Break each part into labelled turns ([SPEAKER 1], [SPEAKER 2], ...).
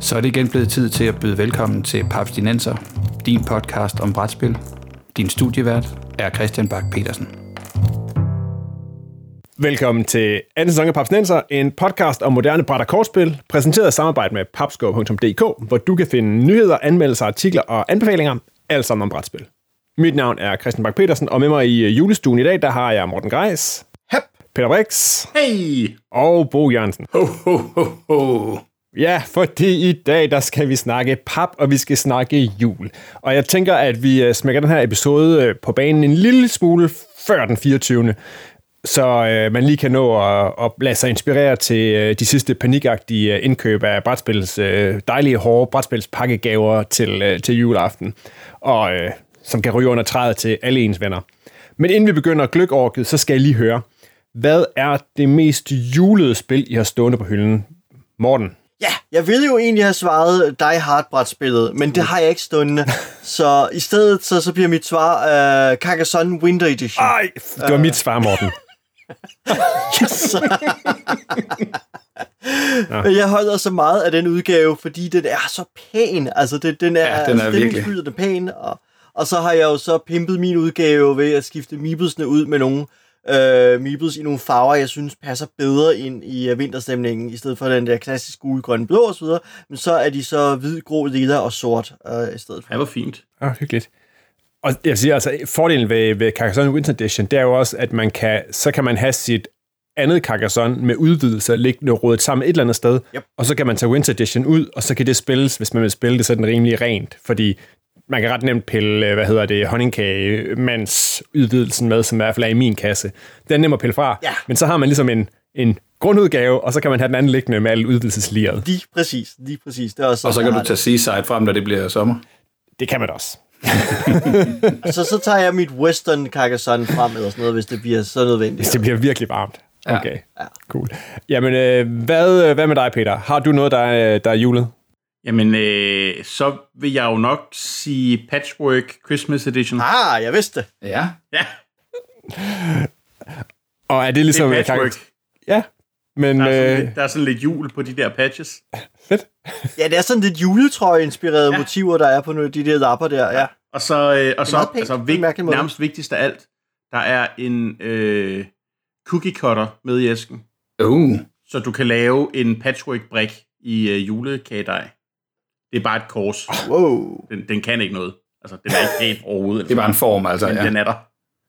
[SPEAKER 1] Så er det igen blevet tid til at byde velkommen til Papstinenser, din podcast om brætspil. Din studievært er Christian Bak Petersen.
[SPEAKER 2] Velkommen til anden sæson af Papstinenser, en podcast om moderne bræt- og kortspil, præsenteret i samarbejde med papskov.dk, hvor du kan finde nyheder, anmeldelser, artikler og anbefalinger, alt sammen om brætspil. Mit navn er Christian Bak Petersen, og med mig i julestuen i dag, der har jeg Morten Greis,
[SPEAKER 3] Hep.
[SPEAKER 2] Peter Brix,
[SPEAKER 3] Hey!
[SPEAKER 2] og Bo Jørgensen.
[SPEAKER 3] Ho, ho, ho, ho.
[SPEAKER 2] Ja, fordi i dag, der skal vi snakke pap, og vi skal snakke jul. Og jeg tænker, at vi smækker den her episode på banen en lille smule før den 24. Så man lige kan nå at lade sig inspirere til de sidste panikagtige indkøb af brætspils dejlige, hårde brætspilspakkegaver til juleaften. Og som kan ryge under træet til alle ens venner. Men inden vi begynder gløgorket, så skal jeg lige høre, hvad er det mest julede spil, I har stående på hylden? Morten?
[SPEAKER 3] Ja, jeg ville jo egentlig have svaret Die Hard-brætspillet, men det har jeg ikke stående. Så i stedet så bliver mit svar Carcassonne Winter Edition.
[SPEAKER 2] Ej, det var mit svar, Morten.
[SPEAKER 3] Yes. Men jeg holder så meget af den udgave, fordi den er så pæn. Altså, den er virkelig den pæn. Og så har jeg jo så pimpet min udgave ved at skifte meeplesene ud med nogle meeples i nogle farver, jeg synes passer bedre ind i vinterstemningen, i stedet for den der klassiske gule, grønne, blå og så videre. Men så er de så hvid, grå, lilla og sort i stedet for.
[SPEAKER 4] Det var fint.
[SPEAKER 2] Hyggeligt. Og jeg siger altså, fordelen ved Carcassonne Winter Edition, det er jo også, at så kan man have sit andet Carcassonne med udvidelser liggende rådet sammen et eller andet sted,
[SPEAKER 3] yep.
[SPEAKER 2] Og så kan man tage Winter Edition ud, og så kan det spilles, hvis man vil spille det, så er den rimelig rent, fordi man kan ret nemt pille, honningkagemands udvidelsen med, som i hvert fald er i min kasse. Den er nem at pille fra,
[SPEAKER 3] ja.
[SPEAKER 2] Men så har man ligesom en grundudgave, og så kan man have den anden liggende med alle udvidelsesligeret.
[SPEAKER 3] Lige præcis. Det er også
[SPEAKER 1] og så kan du tage Seaside frem, når det bliver sommer.
[SPEAKER 2] Det kan man også.
[SPEAKER 3] så tager jeg mit Western Carcassonne frem, eller sådan noget, hvis det bliver så nødvendigt.
[SPEAKER 2] Hvis det bliver virkelig varmt. Okay,
[SPEAKER 3] ja.
[SPEAKER 2] Cool. Jamen, hvad med dig, Peter? Har du noget, der er julet?
[SPEAKER 4] Jamen, så vil jeg jo nok sige Patchwork Christmas Edition.
[SPEAKER 3] Jeg vidste det.
[SPEAKER 1] Ja.
[SPEAKER 2] Og er det ligesom...
[SPEAKER 4] Det er Patchwork.
[SPEAKER 2] Ja, men...
[SPEAKER 4] Der er sådan lidt jul på de der patches.
[SPEAKER 2] Fedt.
[SPEAKER 3] Ja, det er sådan lidt juletrøje-inspirerede motiver, der er på de der lapper der, ja.
[SPEAKER 4] Og så nærmest vigtigst af alt, der er en cookie cutter med i æsken. Så du kan lave en patchwork-brik i julekagedej. Det er bare et kors.
[SPEAKER 3] Wow.
[SPEAKER 4] Den kan ikke noget. Altså, den er ikke pænt overhovedet.
[SPEAKER 1] Det er bare en form, altså.
[SPEAKER 4] Men den er der.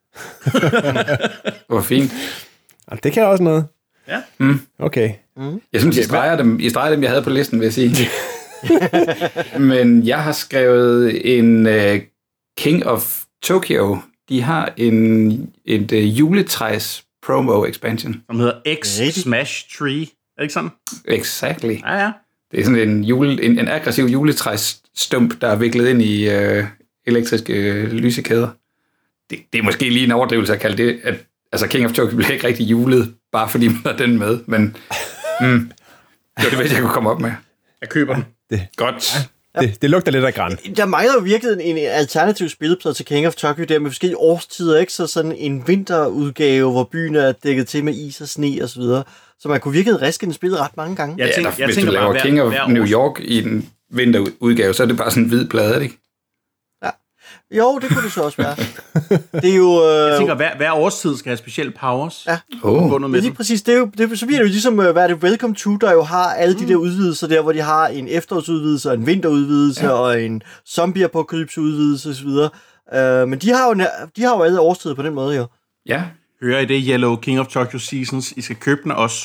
[SPEAKER 1] Hvor fint.
[SPEAKER 2] Det kan også noget.
[SPEAKER 4] Ja.
[SPEAKER 2] Okay.
[SPEAKER 1] Jeg synes, I streger dem, jeg havde på listen, vil jeg sige. Men jeg har skrevet en King of Tokyo. De har et juletræs promo expansion.
[SPEAKER 4] Som hedder X-Smash Tree. Er det ikke sådan?
[SPEAKER 1] Exactly.
[SPEAKER 4] Ja.
[SPEAKER 1] Det er sådan en aggressiv juletræsstump, der er viklet ind i elektriske lysekæder. Det er måske lige en overdrivelse at kalde det, at altså King of Tokyo bliver ikke rigtig julet, bare fordi man har den med, men det var det bedste, jeg kunne komme op med.
[SPEAKER 4] Jeg køber den.
[SPEAKER 1] Godt.
[SPEAKER 2] Det lugter lidt af græn.
[SPEAKER 3] Der mangler jo virkelig en alternativ spilleplade til King of Tokyo der med forskellige årstider, ikke? Så sådan en vinterudgave, hvor byen er dækket til med is og sne og så videre. Så man kunne virkelig riske den spillet ret mange gange.
[SPEAKER 1] Hvis du laver King of New York i den vinterudgave, så er det bare sådan en hvid plade, ikke?
[SPEAKER 3] Ja. Jo, det kunne det så også være. Det er jo...
[SPEAKER 4] Jeg tænker, hver årstid skal have specielle powers.
[SPEAKER 3] Ja.
[SPEAKER 4] Med
[SPEAKER 3] lige præcis. Så bliver det jo ligesom, hvad er det, Welcome to, der jo har alle de der udvidelser der, hvor de har en efterårsudvidelse, og en vinterudvidelse, og en zombie-apokalypse-udvidelse osv. Men de har jo alle årstider på den måde, jo.
[SPEAKER 1] Ja.
[SPEAKER 4] Hører I det, Yellow King of Tokyo Seasons? I skal købe den også.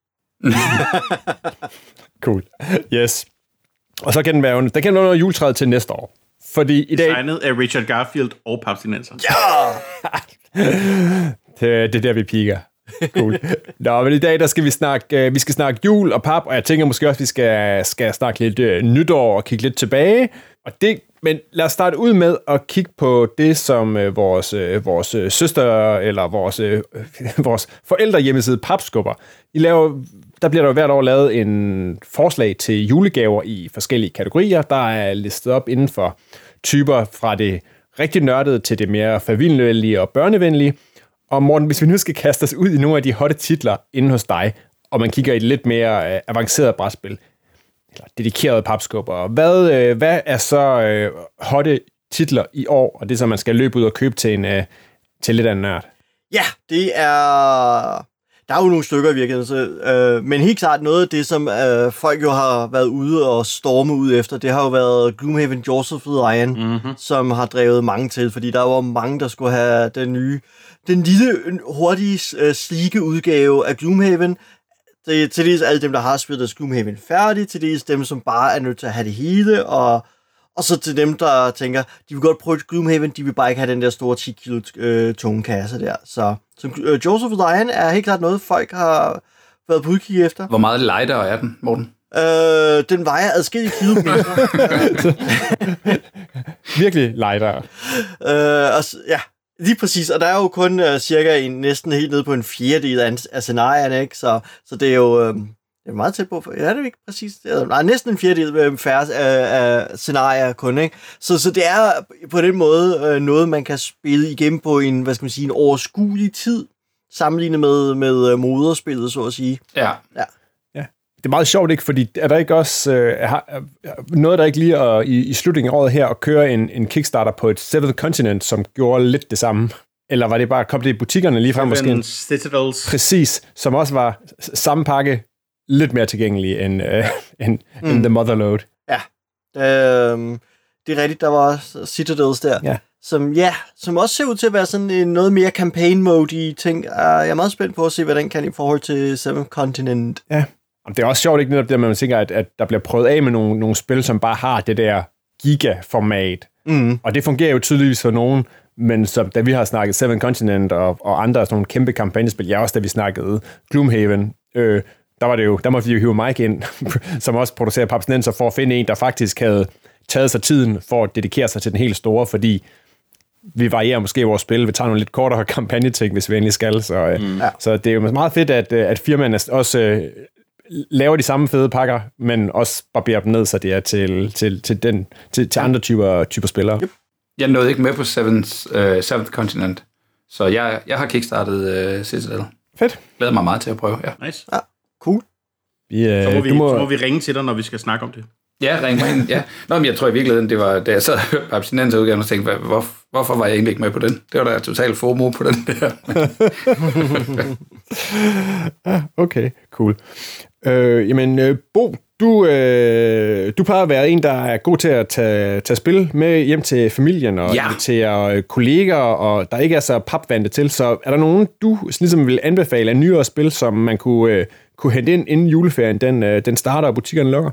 [SPEAKER 2] Cool. Yes. Og så kan den være noget juletræet til næste år. Fordi i dag...
[SPEAKER 4] Designet af Richard Garfield og Papstinenser.
[SPEAKER 3] Ja!
[SPEAKER 2] Det er der, vi piker. Cool. Nå, men i dag der skal vi skal snakke jul og pap, og jeg tænker måske også, vi skal snakke lidt nytår og kigge lidt tilbage. Men lad os starte ud med at kigge på det, som vores søster eller vores forældre hjemmeside Papskubber. Der bliver der hvert år lavet en forslag til julegaver i forskellige kategorier. Der er listet op inden for typer fra det rigtig nørdede til det mere familievenlige og børnevenlige. Og Morten, hvis vi nu skal kaste os ud i nogle af de hotte titler inde hos dig, og man kigger i et lidt mere avanceret brætspil, dedikerede papskubber. Hvad er så hotte titler i år, og det så man skal løbe ud og købe til lidt af en nørd?
[SPEAKER 3] Ja, det er... Der er jo nogle stykker i virkeligheden, men helt klart noget af det, som folk jo har været ude og storme ud efter, det har jo været Gloomhaven Jaws of the Lion, som har drevet mange til, fordi der var mange, der skulle have den lille, hurtige, slike udgave af Gloomhaven. Det er til dels alle dem, der har spillet Gloomhaven færdigt, til dels dem, som bare er nødt til at have det hele, og så til dem, der tænker, de vil godt prøve Gloomhaven, de vil bare ikke have den der store 10 kilo tunge kasse der. Så Jaws of the Lion er helt klart noget, folk har været på udkig efter.
[SPEAKER 1] Hvor meget lightere er den, Morten?
[SPEAKER 3] Den vejer adskillige kilometer.
[SPEAKER 2] Virkelig lightere.
[SPEAKER 3] Ja, lige præcis. Og der er jo kun cirka næsten helt nede på en fjerdedel af scenarierne, ikke? Så det er jo... Det er meget tæt på. Ja, det er ikke præcis. Nej, næsten en fjerdedel færre af scenarier kun, ikke? Så det er på den måde noget, man kan spille igennem på en, en overskuelig tid, sammenlignet med moderspillet, så at sige.
[SPEAKER 1] Ja.
[SPEAKER 2] Det er meget sjovt, ikke? Fordi er der ikke også noget, der ikke lige i slutningen af året her at køre en Kickstarter på et Seventh Continent, som gjorde lidt det samme? Eller var det bare kom det i butikkerne lige frem måske?
[SPEAKER 4] Citadels.
[SPEAKER 2] Præcis, som også var samme pakke, lidt mere tilgængelig end The Motherload.
[SPEAKER 3] Ja, det er rigtigt, der var Citadels der, som også ser ud til at være sådan en noget mere campaign mode i ting. Jeg er meget spændt på at se, hvad den kan i forhold til Seventh Continent.
[SPEAKER 2] Ja, det er også sjovt, ikke netop det, at man tænker, at der bliver prøvet af med nogle spil, som bare har det der gigaformat. Og det fungerer jo tydeligvis for nogen, men så, da vi har snakket Seventh Continent og andre sådan nogle kæmpe kampagnespil, også da vi snakkede Gloomhaven, der måtte vi jo hive Mike ind, som også producerer Papsnenser, for at finde en, der faktisk havde taget sig tiden for at dedikere sig til den helt store, fordi vi varierer måske vores spil, vi tager nogle lidt kortere kampagneting, hvis vi endelig skal. Så det er jo meget fedt, at firmaerne også laver de samme fede pakker, men også barberer dem ned, så det er til andre typer spillere. Yep.
[SPEAKER 1] Jeg nåede ikke med på Seventh Continent, så jeg har kickstartet Citadel.
[SPEAKER 2] Fedt.
[SPEAKER 1] Glæder mig meget til at prøve, ja.
[SPEAKER 4] Nice.
[SPEAKER 3] Ja, cool.
[SPEAKER 4] Så må vi ringe til dig, når vi skal snakke om det.
[SPEAKER 1] Ja, ring mig ind, ja. Nå, men jeg tror i virkeligheden, det var, da jeg sad og hørte abstinenserudgaven og tænkte, hvorfor var jeg egentlig ikke med på den? Det var da totalt FOMO på den der.
[SPEAKER 2] Okay, cool. Bo, du plejer at være en, der er god til at tage spil med hjem til familien og til kolleger, og der ikke er så papvante til. Så er der nogen, du ligesom vil anbefale af nyere spil, som man kunne hente ind inden juleferien, den starter og butikkerne lukker?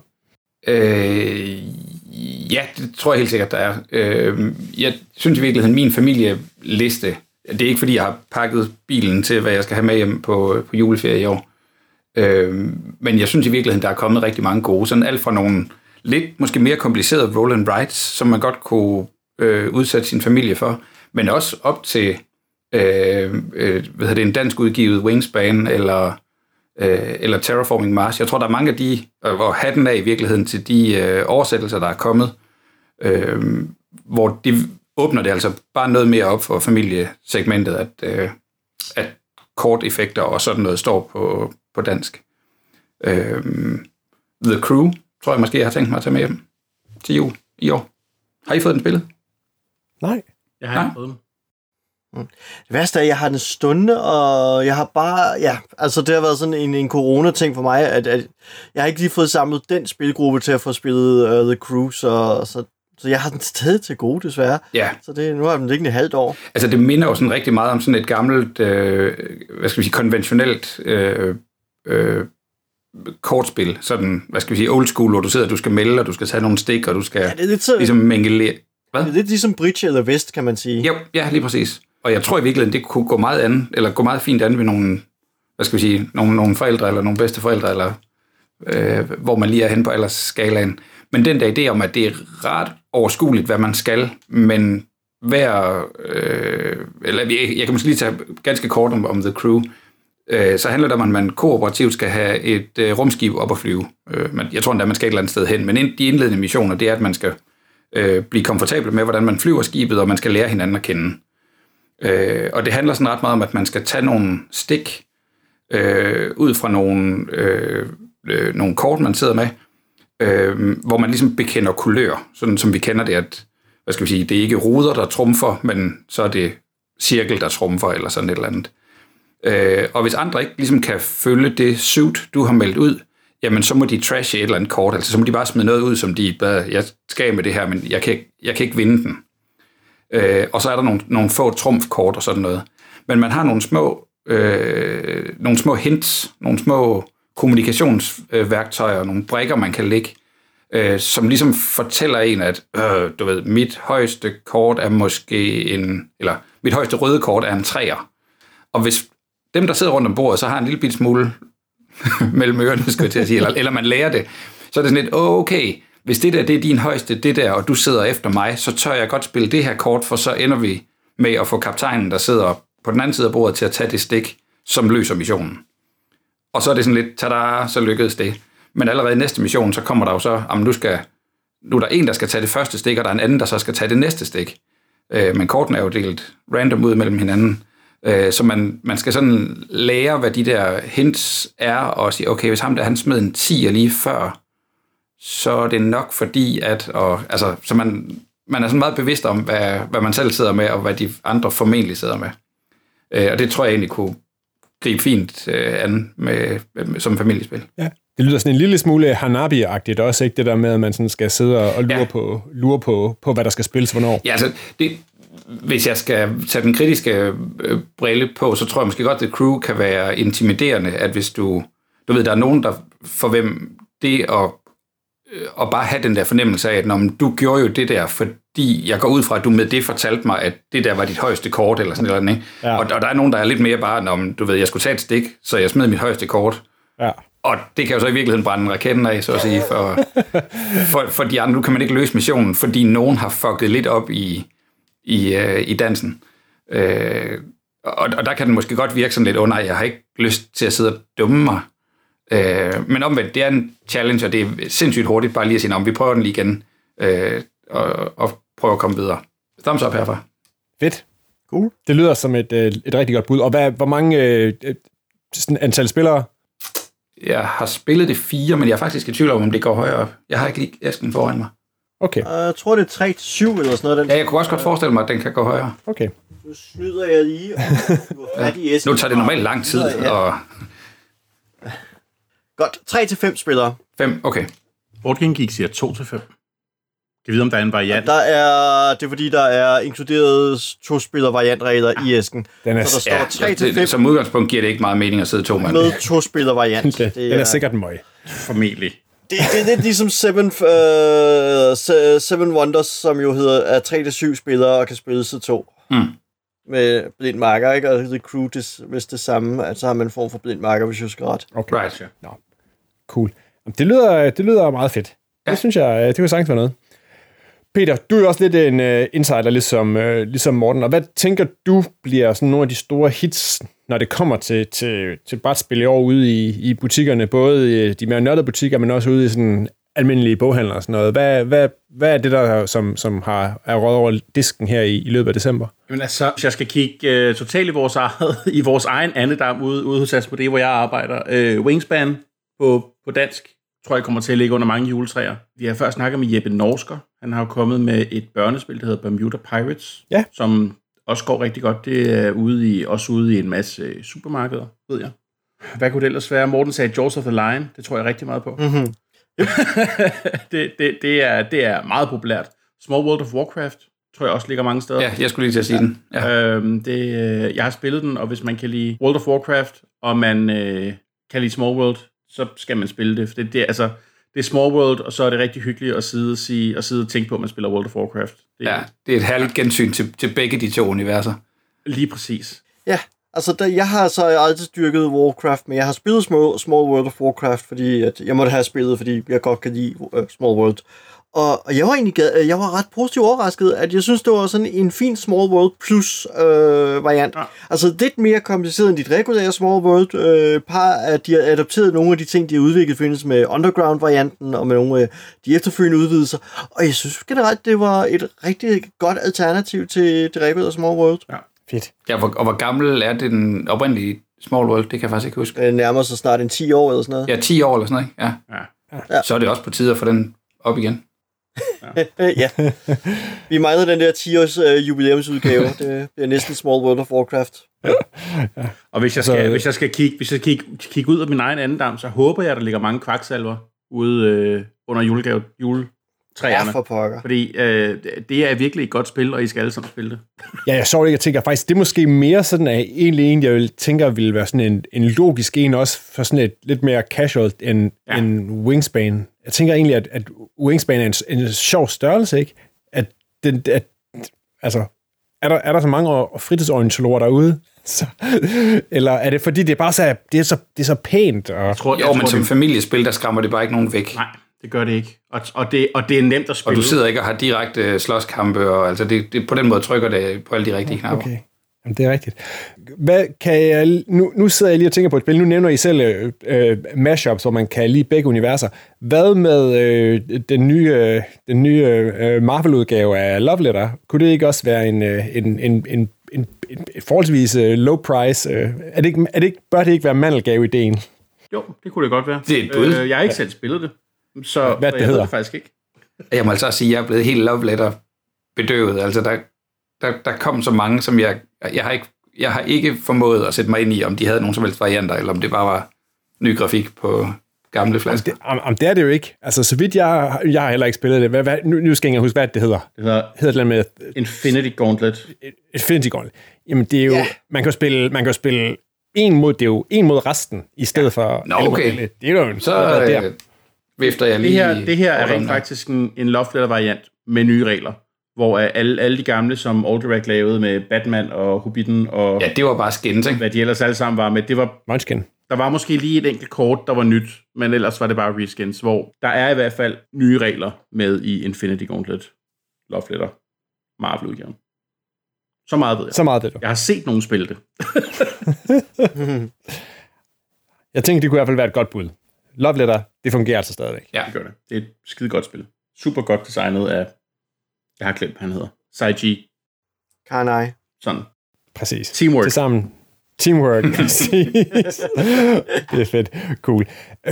[SPEAKER 1] Ja, det tror jeg helt sikkert, der er. Jeg synes i virkeligheden, min familieliste, det er ikke fordi, jeg har pakket bilen til, hvad jeg skal have med hjem på juleferie i år. Men jeg synes i virkeligheden, der er kommet rigtig mange gode. Sådan alt fra nogle lidt måske mere komplicerede roll and writes, som man godt kunne udsætte sin familie for, men også op til en dansk udgivet Wingspan eller Terraforming Mars. Jeg tror, der er mange af de, hvor hatten af i virkeligheden til de oversættelser, der er kommet, hvor de åbner det altså bare noget mere op for familiesegmentet, at korteffekter og sådan noget står på dansk. The Crew, tror jeg måske, jeg har tænkt mig at tage med hjem til jul i år. Har I fået den spillet?
[SPEAKER 2] Nej.
[SPEAKER 4] Jeg har ikke fået den.
[SPEAKER 3] Det værste er, at jeg har den stående, og jeg har bare, det har været sådan en corona-ting for mig, at jeg har ikke lige fået samlet den spilgruppe til at få spillet The Crew, så jeg har den stadig til gode, desværre.
[SPEAKER 1] Ja.
[SPEAKER 3] Så nu har den liggende et halvt år.
[SPEAKER 1] Altså, det minder jo sådan rigtig meget om sådan et gammelt, konventionelt kortspil. Sådan, old school, hvor du sidder, du skal melde, og du skal tage nogle stik, og du skal ligesom mingelere. Hvad?
[SPEAKER 3] Det er lidt ligesom Bridge eller Vest, kan man sige.
[SPEAKER 1] Jo, ja, lige præcis. Og jeg tror i virkeligheden, det kunne gå meget fint an ved nogle, nogle forældre, eller nogle bedsteforældre, eller hvor man lige er henne på aldersskalaen. Men den der idé om, at det er ret overskueligt, hvad man skal, men jeg kan måske lige tage ganske kort om The Crew, så handler det om, at man kooperativt skal have et rumskib op at flyve. Men jeg tror endda, man skal et eller andet sted hen. Men de indledende missioner, det er, at man skal blive komfortabel med, hvordan man flyver skibet, og man skal lære hinanden at kende. Og det handler sådan ret meget om, at man skal tage nogle stik ud fra nogle kort, man sidder med, hvor man ligesom bekender kulør, sådan som vi kender det, at hvad skal vi sige, det er ikke ruder, der trumfer, men så er det cirkel, der trumfer, eller sådan et eller andet. Og hvis andre ikke ligesom kan følge det suit, du har meldt ud, jamen så må de trashe et eller andet kort, altså så må de bare smide noget ud, som de, jeg skal med det her, men jeg kan ikke vinde den. Og så er der nogle få trumfkort og sådan noget. Men man har nogle små hints, nogle små kommunikationsværktøjer, nogle brikker, man kan lægge, som ligesom fortæller en, at du ved, mit højeste kort er måske eller mit højeste røde kort er en 3'er. Og hvis dem, der sidder rundt om bordet, så har en lille bitte smule mellem ørerne, skal jeg til at sige, eller man lærer det, så er det sådan lidt, okay, hvis det er din højeste, det der, og du sidder efter mig, så tør jeg godt spille det her kort, for så ender vi med at få kaptajnen, der sidder på den anden side af bordet, til at tage det stik, som løser missionen. Og så er det sådan lidt, tada, så lykkedes det. Men allerede i næste mission, så kommer der jo så, nu er der en, der skal tage det første stik, og der er en anden, der så skal tage det næste stik. Men kortene er jo delt random ud mellem hinanden. Så man skal sådan lære, hvad de der hints er, og sige, okay, hvis han smed en 10'er lige før, så er det nok fordi, så man er sådan meget bevidst om, hvad man selv sidder med, og hvad de andre formentlig sidder med. Og det tror jeg egentlig kunne gribe fint an som familiespil. Ja.
[SPEAKER 2] Det lyder sådan en lille smule Hanabi-agtigt også, ikke? Det der med, at man sådan skal sidde og lure på, hvad der skal spilles hvornår. Ja,
[SPEAKER 1] altså, hvis jeg skal tage den kritiske brille på, så tror jeg måske godt, at crew kan være intimiderende, at hvis du ved, der er nogen, der for hvem det at bare have den der fornemmelse af, at du gjorde jo det der, fordi jeg går ud fra, at du med det fortalte mig, at det der var dit højeste kort, eller sådan noget, ikke? Ja. Og der er nogen, der er lidt mere bare, du ved, jeg skulle tage et stik, så jeg smed mit højeste kort. Ja. Og det kan jo så i virkeligheden brænde raketten af, så at sige, for de andre. Nu kan man ikke løse missionen, fordi nogen har fucket lidt op i dansen. Og der kan den måske godt virke sådan lidt, nej, jeg har ikke lyst til at sidde og dumme mig. Men omvendt, det er en challenge, og det er sindssygt hurtigt bare lige at sige, vi prøver den lige igen, og prøver at komme videre. Thumbs up herfra.
[SPEAKER 2] Fedt. Cool. Det lyder som et rigtig godt bud. Og hvor mange antal spillere?
[SPEAKER 1] Jeg har spillet det 4, men jeg er faktisk i tvivl om det går højere op. Jeg har ikke lige æsken foran mig.
[SPEAKER 3] Okay. Jeg tror, det er 3-7 eller sådan noget.
[SPEAKER 1] Ja, jeg kunne også godt forestille mig, at den kan gå højere.
[SPEAKER 2] Okay.
[SPEAKER 3] Nu snyder jeg lige, og
[SPEAKER 1] nu tager det normalt lang tid. Og...
[SPEAKER 3] Godt. 3-5 spillere.
[SPEAKER 1] 5, okay.
[SPEAKER 4] Board Game Geek siger 2-5. Kan vi vide, om der er en variant?
[SPEAKER 3] Det er fordi, der er inkluderet 2-spiller-variantregler i æsken.
[SPEAKER 2] Den er,
[SPEAKER 3] så der står 3-5.
[SPEAKER 1] Som udgangspunkt giver det ikke meget mening at sidde 2 mand.
[SPEAKER 3] Med 2-spiller-variant.
[SPEAKER 2] Den er sikkert en møg.
[SPEAKER 4] Formentlig.
[SPEAKER 3] Det er lidt ligesom Seven Wonders, som jo hedder 3-7 spillere og kan spille til 2. Med blind marker, ikke? Og The Crew, hvis det samme, altså har man en form for blind marker, hvis jeg husker ret.
[SPEAKER 1] Okay. Right.
[SPEAKER 2] No. Cool. Det lyder meget fedt. Ja. Det synes jeg, det kunne sagtens være noget. Peter, du er også lidt en insider, ligesom Morten, og hvad tænker du bliver sådan nogle af de store hits, når det kommer til brætspil i år ude i butikkerne, både de mere nørdede butikker, men også ude i sådan almindelige boghandler og sådan noget. Hvad er det, der som er røget over disken her i løbet af december?
[SPEAKER 4] Jamen altså, hvis jeg skal kigge totalt i vores egen andedam ude hos Asmodee, hvor jeg arbejder, Wingspan på dansk, tror jeg kommer til at ligge under mange juletræer. Vi har før snakket med Jeppe Norsker. Han har jo kommet med et børnespil, der hedder Bermuda Pirates, som også går rigtig godt. Det er også ude i en masse supermarkeder, ved jeg. Hvad kunne det ellers være? Morten sagde Jaws of the Lion. Det tror jeg rigtig meget på. Mm-hmm. det er meget populært. Small World of Warcraft tror jeg også ligger mange steder.
[SPEAKER 1] Ja, jeg skulle lige til at sige den.
[SPEAKER 4] Ja. Jeg har spillet den, og hvis man kan lide World of Warcraft, og man kan lide Small World, så skal man spille det. For det er Small World, og så er det rigtig hyggeligt at sidde og tænke på, at man spiller World of Warcraft.
[SPEAKER 1] Det er et herligt gensyn til begge de 2 universer.
[SPEAKER 4] Lige præcis.
[SPEAKER 3] Ja, altså jeg har så aldrig dyrket Warcraft, men jeg har spillet Small World of Warcraft, fordi at jeg måtte have spillet, fordi jeg godt kan lide Small World. Og jeg var jeg var ret positivt overrasket, at jeg synes, det var sådan en fin Small World plus variant. Ja. Altså lidt mere kompliceret end dit regulære Small World. At de har adopteret nogle af de ting, de har udviklet, findes med Underground-varianten og med nogle af de efterfølgende udvidelser. Og jeg synes generelt, det var et rigtig godt alternativ til det regulære Small World.
[SPEAKER 2] Ja, fedt.
[SPEAKER 1] Ja, og hvor gammel er det den oprindelige Small World? Det kan jeg faktisk ikke huske.
[SPEAKER 3] Nærmer sig snart en 10 år eller sådan noget.
[SPEAKER 1] Ja, 10 år eller sådan noget, ja. Ja. Så er det også på tide at få den op igen.
[SPEAKER 3] Ja. Vi manglede den der 10-års jubilæumsudgave. Det bliver næsten Small World of Warcraft.
[SPEAKER 4] Ja. Og hvis jeg skal kigge ud af min egen andendam, så håber jeg, at der ligger mange kvaksalver ude under juletræerne.
[SPEAKER 3] Ja, for pokker.
[SPEAKER 4] Fordi det er virkelig et godt spil, og I skal alle sammen spille det.
[SPEAKER 2] Ja, jeg så det, jeg tænker faktisk, det er måske mere sådan, at egentlig en, jeg tænker, ville være sådan en logisk en, også for sådan et lidt mere casual end Wingspan. Jeg tænker egentlig, at Wingspan er en sjov størrelse, ikke? Altså, er der så mange fritidsornitologer derude? Så, eller er det fordi, det er bare så, det er så pænt? Og...
[SPEAKER 1] men som familiespil, der skræmmer det bare ikke nogen væk.
[SPEAKER 4] Nej, det gør det ikke. Og det er nemt at spille.
[SPEAKER 1] Og du sidder ikke og har direkte slåskampe, og altså det på den måde trykker det på alle de rigtige knapper. Okay.
[SPEAKER 2] Jamen, det er rigtigt. Hvad kan jeg, nu sidder jeg lige og tænker på et spil. Nu nævner I selv mashups, hvor man kan lide begge universer. Hvad med den nye Marvel-udgave af Love Letter? Kunne det ikke også være en forholdsvis low price? Bør det ikke være mandelgave-ideen?
[SPEAKER 4] Jo, det kunne det godt være.
[SPEAKER 1] Det er et bud.
[SPEAKER 4] Jeg har ikke selv spillet det, så
[SPEAKER 2] hvad det
[SPEAKER 4] jeg
[SPEAKER 2] hedder?
[SPEAKER 4] ved det faktisk ikke.
[SPEAKER 1] Jeg må altså også sige, at jeg er blevet helt Love Letter bedøvet. Altså, der kom så mange, som jeg har ikke formået at sætte mig ind i, om de havde nogen som helst varianter, eller om det bare var ny grafik på gamle flasker.
[SPEAKER 2] Det er det jo ikke. Altså, så vidt jeg har heller ikke spillet det. Nu skal jeg huske, hvad det hedder.
[SPEAKER 4] Det hedder
[SPEAKER 2] det med
[SPEAKER 4] Infinity Gauntlet.
[SPEAKER 2] Infinity Gauntlet. Jamen, det er jo... Yeah. Man kan spille en mod resten, i stedet for...
[SPEAKER 1] Nå, okay.
[SPEAKER 2] Det er jo
[SPEAKER 1] så vifter jeg lige...
[SPEAKER 4] Det her er rent faktisk en Love Letter-variant med nye regler, hvor alle de gamle, som Old Direct lavede med Batman og Hobbiten og...
[SPEAKER 1] Ja, det var bare skins, ikke?
[SPEAKER 4] Hvad de ellers alle sammen var med. Det var...
[SPEAKER 2] Munchkin.
[SPEAKER 4] Der var måske lige et enkelt kort, der var nyt, men ellers var det bare reskins, hvor der er i hvert fald nye regler med i Infinity Gauntlet. Love Letter. Marvel-udgaven. Så meget ved jeg.
[SPEAKER 2] Så meget ved du.
[SPEAKER 4] Jeg har set nogen spille det.
[SPEAKER 2] Jeg tænkte, det kunne i hvert fald være et godt bud. Love Letter, det fungerer altså stadigvæk.
[SPEAKER 4] Ja, det gør det. Det er et skide godt spil. Super godt designet af, jeg har glemt, hvad han hedder. Saiji.
[SPEAKER 3] Kanai.
[SPEAKER 4] Sådan.
[SPEAKER 2] Præcis.
[SPEAKER 4] Teamwork.
[SPEAKER 2] Tilsammen. Teamwork, præcis. Det er fedt. Cool.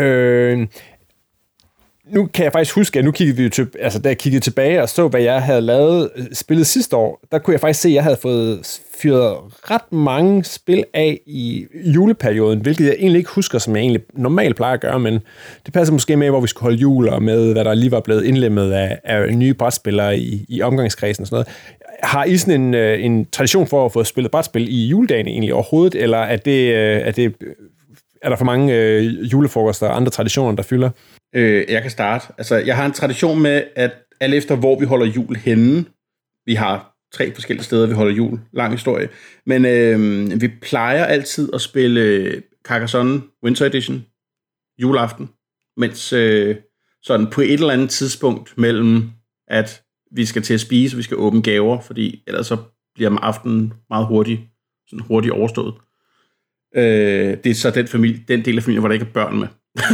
[SPEAKER 2] Nu kan jeg faktisk huske, at nu kiggede vi jo da jeg kiggede tilbage og så, hvad jeg havde spillet sidste år, der kunne jeg faktisk se, at jeg havde fået fyret ret mange spil af i juleperioden, hvilket jeg egentlig ikke husker, som jeg egentlig normalt plejer at gøre, men det passer måske med, hvor vi skulle holde jul, og med, hvad der lige var blevet indlemmet af nye brætspillere i omgangskredsen og sådan noget. Har I sådan en tradition for at få spillet brætspil i juledagen egentlig overhovedet, eller er der for mange julefrokoster og andre traditioner, der fylder?
[SPEAKER 4] Jeg kan starte. Altså, jeg har en tradition med, at alt efter hvor vi holder jul henne, vi har 3 forskellige steder, vi holder jul. Lang historie. Men vi plejer altid at spille Carcassonne Winter Edition juleaften, mens sådan på et eller andet tidspunkt mellem, at vi skal til at spise, og vi skal åbne gaver, fordi ellers så bliver aftenen meget hurtigt overstået. Det er så den del af familien, hvor der ikke er børn med.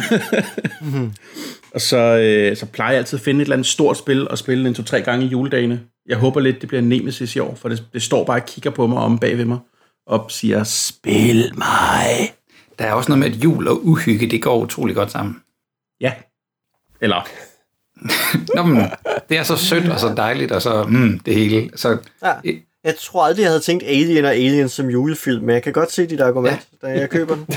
[SPEAKER 4] Og så plejer jeg altid at finde et eller andet stort spil og spille 2-3 gange i juledagene. Jeg håber lidt, det bliver en Nemesis i år, for det står bare og kigger på mig om bagved mig og siger, spil mig.
[SPEAKER 1] Der er også noget med, at jul og uhygge, det går utrolig godt sammen.
[SPEAKER 4] Ja. Eller...
[SPEAKER 1] Nå, men det er så sødt og så dejligt, og så det hele. Så,
[SPEAKER 3] ja. Jeg tror aldrig, jeg havde tænkt Alien og Aliens som julefilm, men jeg kan godt se dit argument, da jeg køber den.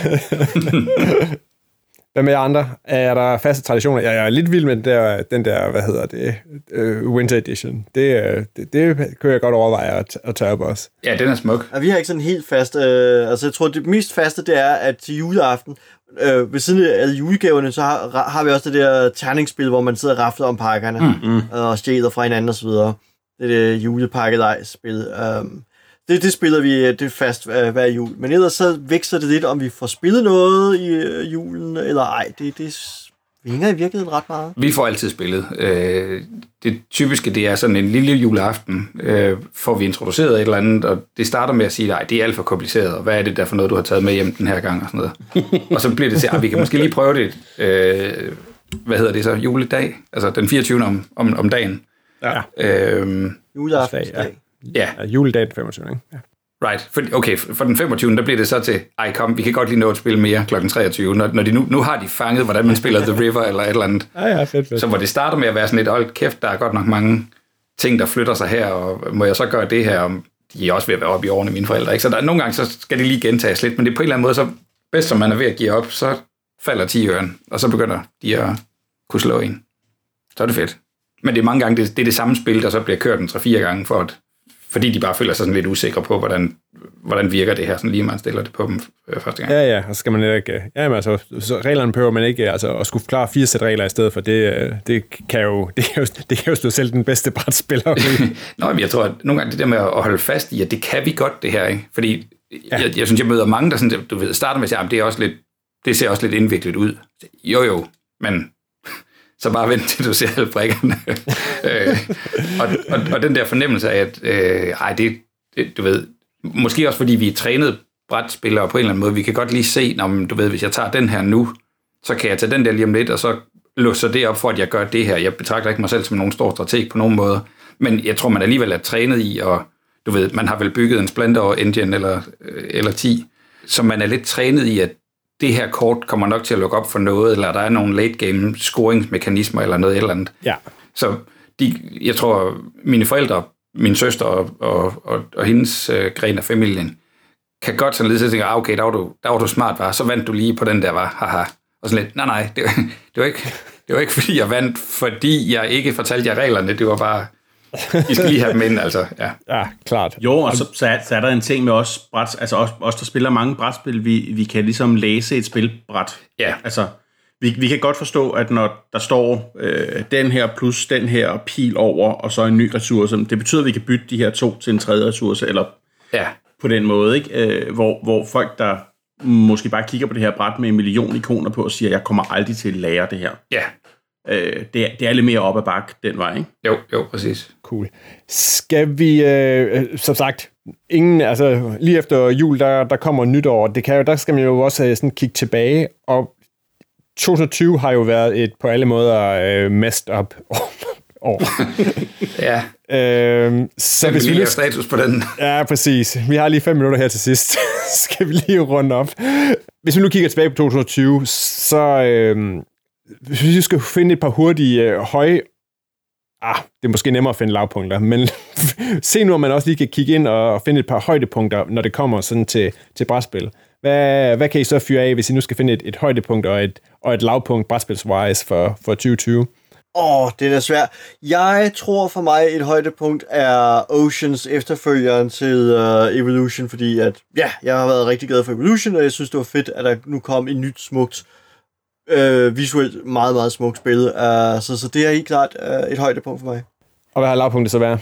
[SPEAKER 2] Hvad med andre? Er der faste traditioner? Jeg er lidt vild med den der, hvad hedder det, Winter Edition. Det kunne jeg godt overveje at tage op også.
[SPEAKER 1] Ja, den er smuk.
[SPEAKER 3] Ja, vi har ikke sådan helt fast... altså, jeg tror, det mest faste, det er, at til juleaften, ved siden af alle julegaverne, så har vi også det der terningsspil, hvor man sidder og rafler om pakkerne, og stjæler fra hinanden osv. Det julepakkelejsspil. Det spiller vi det er fast hver jul. Men ellers så vækster det lidt, om vi får spillet noget i julen, eller ej. Det vinger i virkeligheden ret meget.
[SPEAKER 1] Vi får altid spillet. Det typiske, det er sådan en lille juleaften, får vi introduceret et eller andet, og det starter med at sige, nej, det er alt for kompliceret, og hvad er det der for noget, du har taget med hjem den her gang, og sådan noget. Og så bliver det til, vi kan måske lige prøve det, hvad hedder det så, juledag, altså den 24. om dagen.
[SPEAKER 3] Ja. Juleaftensdag.
[SPEAKER 2] Ja, juledag den 25. Ikke? Ja.
[SPEAKER 1] Right. For den 25. der bliver det så til, vi kan godt lige nå et spil mere kl. 23, når de nu har de fanget, hvordan man spiller The River eller et eller andet.
[SPEAKER 2] Ja, fedt.
[SPEAKER 1] Så hvor det starter med at være sådan lidt, kæft, der er godt nok mange ting, der flytter sig her, og må jeg så gøre det her, og de er også ved at være oppe i årene, mine forældre, ikke? Så der, nogle gange så skal det lige gentages lidt, men det er på en eller anden måde, så bedst som man er ved at give op, så falder 10 øren, og så begynder de at kunne slå en. Så er det fedt. Men det er mange gange, det er det samme spil, der så bliver kørt en 3-4 gange, fordi de bare føler sig sådan lidt usikre på, hvordan virker det her, sådan lige man stiller det på dem første gang.
[SPEAKER 2] Ja, og så skal man ikke... Ja, men altså, så reglerne behøver man ikke at skulle forklare 4 sæt regler i stedet for, det kan jo stå selv den bedste brætspiller.
[SPEAKER 1] Nå, men jeg tror, at nogle gange det der med at holde fast i, at det kan vi godt, det her, ikke? Fordi jeg synes, jeg møder mange, der sådan, du ved, starter med at sige, det ser også lidt indviklet ud. Jo, men så bare vent til du ser alle brikkerne. og den der fornemmelse af, at det, du ved, måske også fordi vi er trænet brætspillere på en eller anden måde, vi kan godt lige se, når du ved, hvis jeg tager den her nu, så kan jeg tage den der lige om lidt, og så låser det op for, at jeg gør det her. Jeg betragter ikke mig selv som nogen stor strateg på nogen måde, men jeg tror, man alligevel er trænet i, og du ved, man har vel bygget en Splendor Engine eller 10, så man er lidt trænet i, at det her kort kommer nok til at lukke op for noget, eller der er nogle late-game scoringsmekanismer, eller noget eller andet.
[SPEAKER 2] Ja.
[SPEAKER 1] Så jeg tror, mine forældre, min søster og hendes gren af familien, kan godt sådan lidt tænke, okay, der var du smart, var. Så vandt du lige på den der, var. Haha. Og sådan lidt, nej, det var ikke, fordi jeg vandt, fordi jeg ikke fortalte jer reglerne, det var bare, I skal lige have dem ind, altså.
[SPEAKER 2] Ja, klart.
[SPEAKER 4] Jo, og så er der en ting med os, altså os, der spiller mange brætspil, vi kan ligesom læse et spilbræt.
[SPEAKER 1] Ja.
[SPEAKER 4] Altså, vi kan godt forstå, at når der står den her plus den her pil over, og så en ny ressource, det betyder, at vi kan bytte de her 2 til en tredje ressource, eller på den måde, ikke? Hvor folk, der måske bare kigger på det her bræt med 1 million ikoner på, og siger, jeg kommer aldrig til at lære det her.
[SPEAKER 1] Ja.
[SPEAKER 4] Det er lidt mere op ad bakke den vej, ikke?
[SPEAKER 1] Jo, præcis.
[SPEAKER 2] Cool. Skal vi, som sagt, lige efter jul, der kommer nytår, der skal man jo også sådan kigge tilbage, og 2020 har jo været et på alle måder messed up år.
[SPEAKER 1] Ja.
[SPEAKER 2] Så hvis vi
[SPEAKER 1] lige status på den.
[SPEAKER 2] Ja, præcis. Vi har lige 5 minutter her til sidst. Skal vi lige runde op. Hvis vi nu kigger tilbage på 2020, så hvis vi skal finde et par hurtige høje... det er måske nemmere at finde lavpunkter, men se nu, om man også lige kan kigge ind og finde et par højdepunkter, når det kommer sådan til brætspil. Hvad kan I så fyre af, hvis I nu skal finde et højdepunkt og et lavpunkt brætspilswise for 2020?
[SPEAKER 3] Den er svær. Jeg tror for mig, et højdepunkt er Oceans efterfølgeren til Evolution, fordi at, jeg har været rigtig glad for Evolution, og jeg synes, det var fedt, at der nu kom et nyt smukt, visuelt meget, meget smukt spil. Så det er helt klart et højdepunkt for mig.
[SPEAKER 2] Og hvad har lavpunktet så været?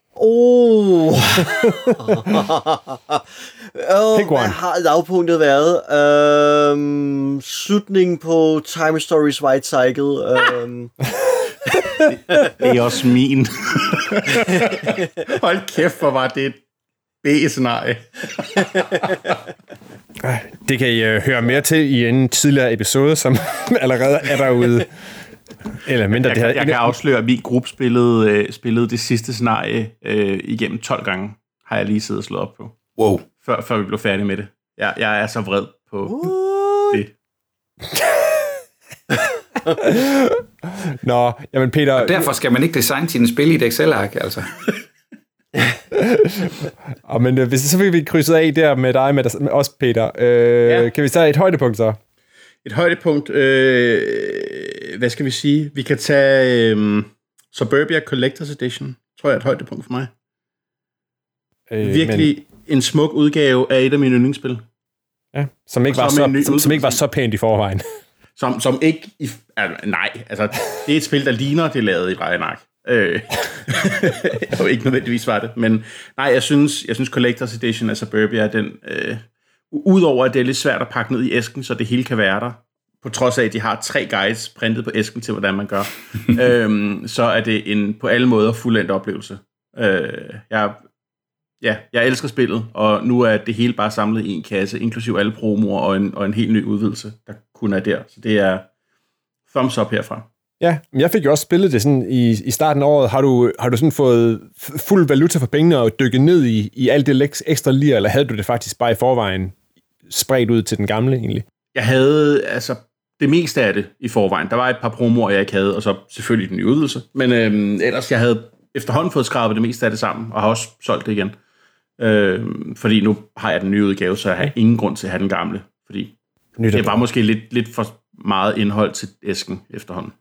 [SPEAKER 3] Hvad har lavpunktet været? Slutningen på Time Stories White Cycle.
[SPEAKER 4] Det er også min. Hold kæft, hvor var det et B-scenarie.
[SPEAKER 2] Det kan I høre mere til i en tidligere episode, som allerede er derude. Eller mindre,
[SPEAKER 4] jeg kan afsløre, at min gruppe spillede det sidste scenarie igennem 12 gange, har jeg lige siddet og slået op på.
[SPEAKER 1] Wow.
[SPEAKER 4] Før vi blev færdige med det. Jeg er så vred på det.
[SPEAKER 2] Nå, jamen Peter...
[SPEAKER 1] Og derfor skal man ikke designe sine spil i et Excel-ark, altså.
[SPEAKER 2] Men hvis så vil vi krydset af der med dig, med os, Peter. Kan vi tage et højdepunkt så?
[SPEAKER 4] Et højdepunkt, hvad skal vi sige? Vi kan tage Suburbia Collector's Edition, tror jeg er et højdepunkt for mig. Virkelig en smuk udgave af et af mine yndlingsspil.
[SPEAKER 2] Ja, som ikke var så pænt i forvejen.
[SPEAKER 4] Som ikke... nej, altså, det er et spil, der ligner, det er lavet i et regnark. Ikke nødvendigvis var det, men nej, jeg synes Collector's Edition af Suburbia, den... Udover at det er lidt svært at pakke ned i æsken, så det hele kan være der, på trods af, at de har 3 guides printet på æsken til, hvordan man gør, så er det en på alle måder fuldendt oplevelse. Jeg elsker spillet, og nu er det hele bare samlet i en kasse, inklusiv alle promoer og en helt ny udvidelse, der kun er der. Så det er thumbs up herfra.
[SPEAKER 2] Ja, men jeg fik jo også spillet det sådan i starten af året. Har du sådan fået fuld valuta for pengene og dykket ned i alt det ekstra lir, eller havde du det faktisk bare i forvejen spredt ud til den gamle egentlig?
[SPEAKER 4] Jeg havde altså det meste af det i forvejen. Der var et par promoer, jeg ikke havde, og så selvfølgelig den nye udvidelse. Men ellers, jeg havde efterhånden fået skrabet det meste af det sammen, og har også solgt det igen. Fordi nu har jeg den nye udgave, så jeg har ingen grund til at have den gamle. Fordi det var måske lidt for meget indhold til æsken efterhånden.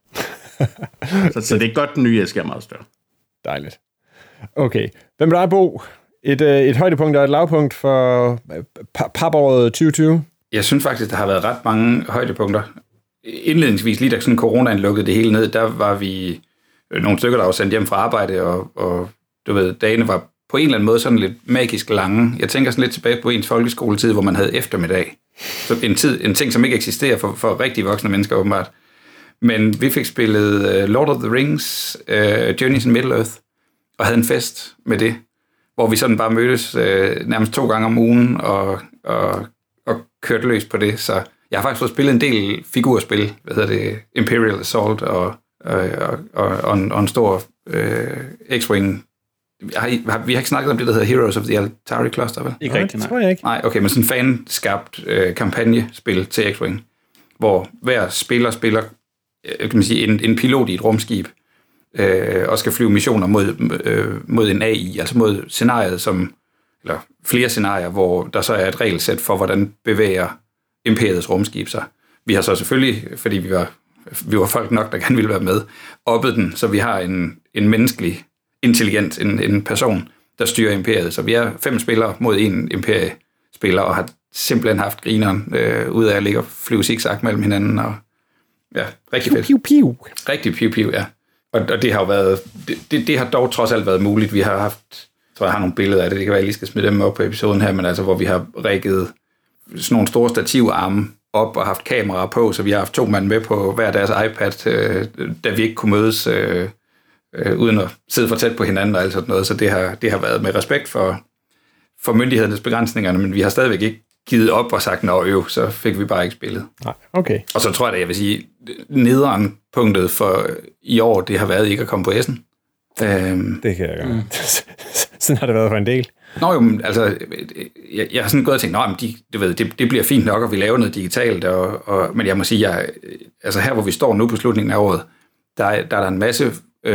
[SPEAKER 4] så det er godt, den nye æske er meget større.
[SPEAKER 2] Dejligt. Okay. Hvem er der, Bo? Et højdepunkt og et lavpunkt for papåret 2020?
[SPEAKER 1] Jeg synes faktisk, der har været ret mange højdepunkter. Indledningsvis, lige da sådan coronaen lukkede det hele ned, der var vi nogle stykker, der var sendt hjem fra arbejde, og du ved, dagene var på en eller anden måde sådan lidt magisk lange. Jeg tænker sådan lidt tilbage på ens folkeskoletid, hvor man havde eftermiddag. Så en ting, som ikke eksisterer for rigtig voksne mennesker, åbenbart. Men vi fik spillet Lord of the Rings, Journeys in Middle-earth, og havde en fest med det, hvor vi sådan bare mødtes nærmest 2 gange om ugen og kørte løs på det. Så jeg har faktisk fået spillet en del figurspil, Imperial Assault og en stor X-Wing. Vi har ikke snakket om det, der hedder Heroes of the Altari Cluster, vel?
[SPEAKER 2] Ikke rigtigt, tror jeg ikke.
[SPEAKER 1] Nej, okay, men sådan en fanskabt kampagnespil til X-Wing, hvor hver spiller kan man sige, en pilot i et rumskib, og skal flyve missioner mod en AI, altså mod scenariet, eller flere scenarier, hvor der så er et regelsæt for, hvordan bevæger imperiets rumskib sig. Vi har så selvfølgelig, fordi vi var folk nok, der gerne ville være med, oppet den, så vi har en menneskelig intelligent, en person, der styrer imperiet. Så vi er 5 spillere mod 1 imperiespiller, og har simpelthen haft grineren ud af at ligge og flyve zigzag mellem hinanden, og ja, rigtig fedt.
[SPEAKER 2] Piu.
[SPEAKER 1] Rigtig piu, ja. Og det har jo været, det har dog trods alt været muligt. Vi har haft, jeg tror, jeg har nogle billeder af det, det kan være, jeg lige skal smide dem op på episoden her, men altså, hvor vi har rigget sådan nogle store stativarme op og haft kameraer på, så vi har haft 2 mand med på hver deres iPad, da vi ikke kunne mødes uden at sidde for tæt på hinanden og alt sådan noget, så det har været med respekt for myndighedernes begrænsninger, men vi har stadigvæk ikke givet op og sagt, så fik vi bare ikke spillet.
[SPEAKER 2] Nej, okay.
[SPEAKER 1] Og så tror jeg da, jeg vil sige, nederen punktet for i år, det har været ikke at komme på S'en.
[SPEAKER 2] Det kan jeg gøre. Sådan har det været for en del.
[SPEAKER 1] Nå jo, altså, jeg har sådan gået og tænkt, det bliver fint nok, at vi laver noget digitalt, men jeg må sige, altså her, hvor vi står nu på slutningen af året, der er en masse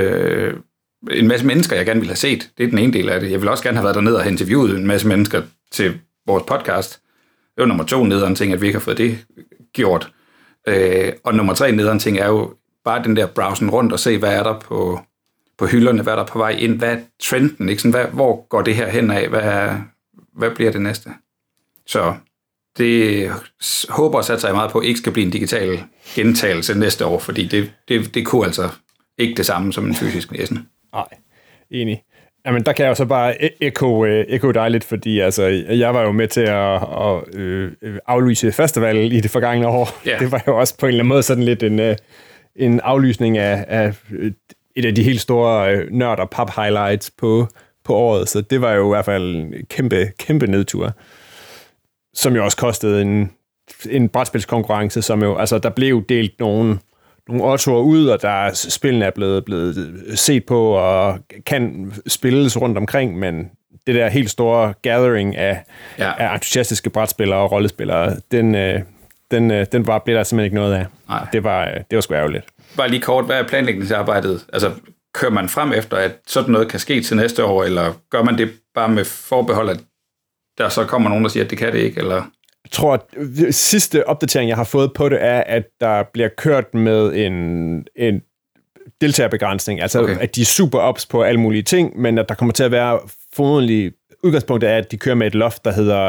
[SPEAKER 1] mennesker, jeg gerne ville have set. Det er den ene del af det. Jeg vil også gerne have været dernede og have interviewet en masse mennesker til vores podcast. Det var nummer 2 nederen ting, at vi ikke har fået det gjort. Og nummer 3 nederen ting er jo bare den der browsen rundt og se, hvad er der på hylderne, hvad er der på vej ind, hvad er trenden, ikke? Sådan, hvor går det her hen af, hvad bliver det næste? Så det håber og satser jeg meget på, ikke skal blive en digital gentagelse næste år, fordi det kunne altså ikke det samme som en fysisk næsen.
[SPEAKER 2] Nej, enig. Jamen, der kan jeg jo så bare ekko dig lidt, fordi altså, jeg var jo med til at aflyse festival i det forgangne år. Yeah. Det var jo også på en eller anden måde sådan lidt en aflysning af et af de helt store nørd- og pop-highlights på året, så det var jo i hvert fald en kæmpe nedtur, som jo også kostede en brætspilskonkurrence, som jo, altså der blev delt nogle ottoer ud, og der spillene er blevet set på og kan spilles rundt omkring, men det der helt store gathering af entusiastiske brætspillere og rollespillere, den blev der simpelthen ikke noget af. Nej. Det var sgu ærgerligt.
[SPEAKER 1] Bare lige kort, hvad er planlægningsarbejdet? Altså, kører man frem efter, at sådan noget kan ske til næste år, eller gør man det bare med forbehold, at der så kommer nogen, der siger, at det kan det ikke, eller?
[SPEAKER 2] Jeg tror, at sidste opdatering, jeg har fået på det, er, at der bliver kørt med en deltagerbegrænsning. Altså, okay. At de er super ops på alle mulige ting, men at der kommer til at være formodentlig udgangspunktet er, at de kører med et loft, der hedder...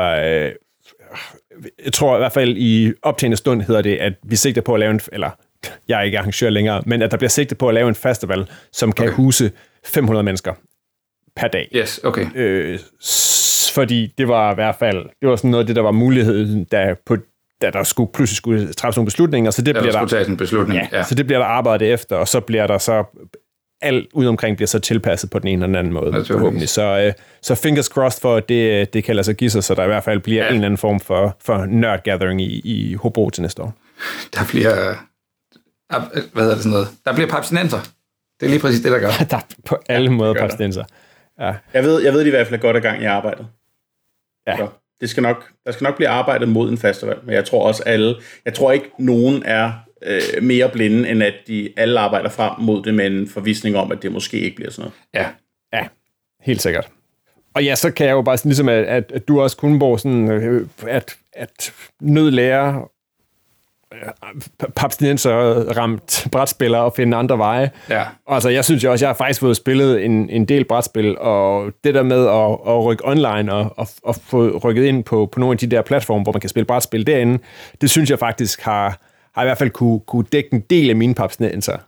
[SPEAKER 2] jeg tror i hvert fald i optagende stund hedder det, at vi sigter på at lave jeg er ikke arrangør længere, men at der bliver sigtet på at lave en festival, som kan huse 500 mennesker per dag.
[SPEAKER 1] Yes, okay.
[SPEAKER 2] Fordi det var i hvert fald, det var sådan noget af det, der var muligheden, da der pludselig skulle træffes nogle beslutninger, så det bliver der
[SPEAKER 1] tages en beslutning.
[SPEAKER 2] Ja, så det bliver der arbejdet efter, og så bliver der så alt ude omkring bliver så tilpasset på den ene eller anden måde, forhåbentlig. Så fingers crossed for, at det kan lade sig give sig, så der i hvert fald bliver en eller anden form for nerd-gathering i Hobro til næste år.
[SPEAKER 1] Der bliver hvad hedder det sådan noget? Der bliver papstinenser. Det er lige præcis det, der gør.
[SPEAKER 2] Der er på alle måder papstinenser.
[SPEAKER 4] Ja. Jeg ved de i hvert fald godt, at gang i arbejdet.
[SPEAKER 2] Ja.
[SPEAKER 4] Så der skal nok blive arbejdet mod en festival, men jeg tror også jeg tror ikke, nogen er mere blinde, end at de alle arbejder frem mod det med en forvisning om, at det måske ikke bliver sådan
[SPEAKER 1] noget.
[SPEAKER 2] Ja, helt sikkert. Og ja, så kan jeg jo bare sådan, ligesom, at du også kunne bruge sådan, at nødlære papstinenser ramt brætspillere og finde andre veje.
[SPEAKER 1] Ja.
[SPEAKER 2] Altså, jeg synes jo også, jeg har faktisk fået spillet en del brætspil, og det der med at rykke online og få rykket ind på nogle af de der platforme, hvor man kan spille brætspil derinde, det synes jeg faktisk har i hvert fald kunne dække en del af mine papstinenser.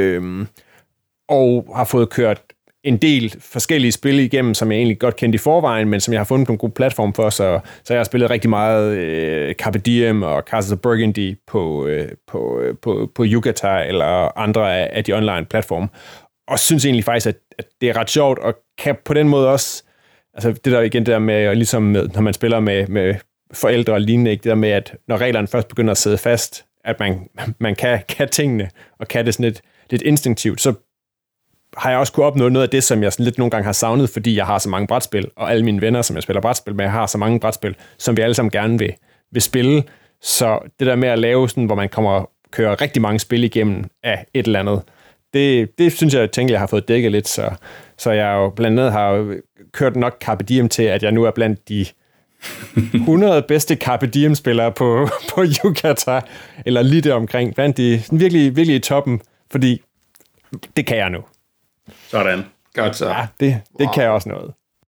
[SPEAKER 2] Og har fået kørt en del forskellige spil igennem, som jeg egentlig godt kendte i forvejen, men som jeg har fundet på en god platform for, så jeg har spillet rigtig meget Carpe Diem og Castles of Burgundy på Yucata eller andre af de online platforme. Og synes egentlig faktisk, at det er ret sjovt, og kan på den måde også, altså det der igen der med, ligesom når man spiller med forældre og lignende, ikke? Det der med, at når reglerne først begynder at sidde fast, at man kan tingene, og kan det sådan lidt instinktivt, så har jeg også kunne opnå noget af det, som jeg sådan lidt nogle gange har savnet, fordi jeg har så mange brætspil, og alle mine venner, som jeg spiller brætspil med, har så mange brætspil, som vi alle sammen gerne vil spille. Så det der med at lave sådan, hvor man kører rigtig mange spil igennem af et eller andet, det synes jeg har fået dækket lidt, så jeg jo blandt andet har kørt nok Carpe Diem til, at jeg nu er blandt de 100 bedste Carpe Diem-spillere på Yucata, eller lige der omkring, blandt de virkelig, virkelig i toppen, fordi det kan jeg nu.
[SPEAKER 4] Sådan.
[SPEAKER 1] Godt så.
[SPEAKER 2] Ja, det kan jeg også noget.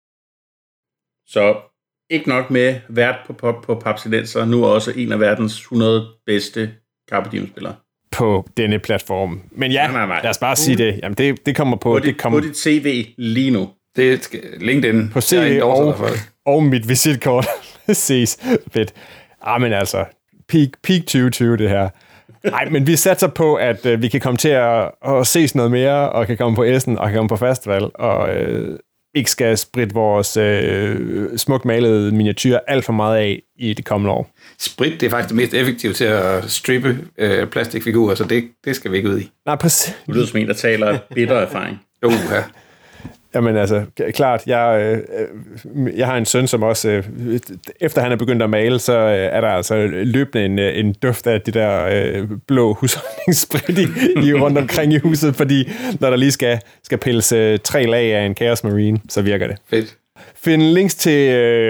[SPEAKER 4] Så ikke nok med vært på papstinenser, nu også en af verdens 100 bedste Carpe Diem-spillere.
[SPEAKER 2] På denne platform. Men ja, nej. Lad os bare sige det. Jamen, det kommer på...
[SPEAKER 4] På dit CV lige nu.
[SPEAKER 1] Det er LinkedIn.
[SPEAKER 2] På CV og mit visitkort. Ses. Fedt. Men altså, peak 2020 det her. Nej, men vi satser på, at vi kan komme til at ses noget mere, og kan komme på Essen, og kan komme på festival, og ikke skal spritte vores smukt malede miniatyr alt for meget af i det kommende år.
[SPEAKER 1] Sprit, det er faktisk det mest effektive til at strippe plastikfigurer, så det skal vi ikke ud i.
[SPEAKER 2] Nej, præcis.
[SPEAKER 4] Du lyder som en, der taler bitter erfaring.
[SPEAKER 1] Ja.
[SPEAKER 2] Jamen altså, klart, jeg har en søn, som også, efter han er begyndt at male, så er der altså løbende en duft af det der blå husholdningssprit i rundt omkring i huset, fordi når der lige skal pilles 3 lag af en Chaos Marine, så virker det.
[SPEAKER 1] Fedt.
[SPEAKER 2] Find links til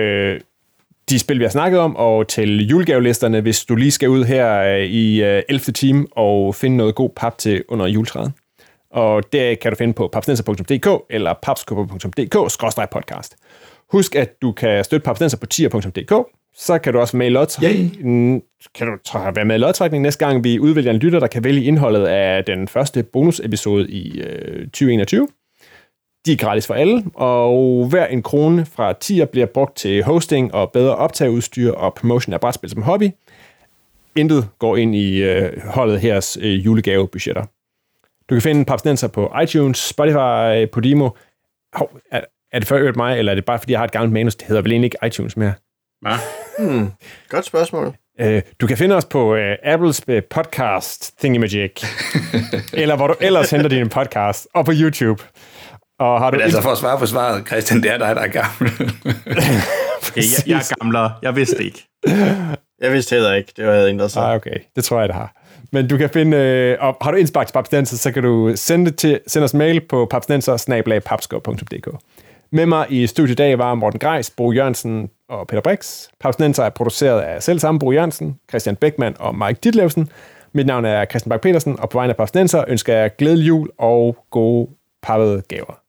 [SPEAKER 2] de spil, vi har snakket om, og til julegavelisterne, hvis du lige skal ud her i 11. time og finde noget god pap til under juletræet. Og det kan du finde på papstinenser.dk eller papskubber.dk/podcast. Husk, at du kan støtte Papstinenser på tier.dk. Så kan du også være med i lodtrækning næste gang, vi udvælger en lytter, der kan vælge indholdet af den første bonusepisode i 2021. De er gratis for alle, og hver en krone fra tier bliver brugt til hosting og bedre optageudstyr og promotion af brætspil som hobby. Intet går ind i holdet hers julegavebudgetter. Du kan finde Papstinenser på iTunes, Spotify, Podimo. Er det for øvrigt mig, eller er det bare, fordi jeg har et gammelt manus? Det hedder vel egentlig ikke iTunes mere?
[SPEAKER 3] Godt spørgsmål.
[SPEAKER 2] Du kan finde os på Apples podcast Thingamajig, eller hvor du ellers henter din podcast, og på YouTube. Og har du
[SPEAKER 1] altså for at svare på svaret, Christian, det er dig, der er gammel.
[SPEAKER 4] Okay, jeg er gamlere. Jeg vidste ikke.
[SPEAKER 3] Jeg vidste heller ikke. Det havde ændret sig.
[SPEAKER 2] Okay. Det tror jeg, det har. Men du kan finde, og har du indspark til Papstinenser, så kan du sende os mail på papstinenser@papskov.dk. Med mig i studiet i dag var Morten Greis, Bo Jørgensen og Peter Brix. Papstinenser er produceret af selv samme Bo Jørgensen, Christian Beckmann og Mike Ditlevsen. Mit navn er Christian Bak-Petersen, og på vegne af Papstinenser ønsker jeg glædelig jul og gode pappede gaver.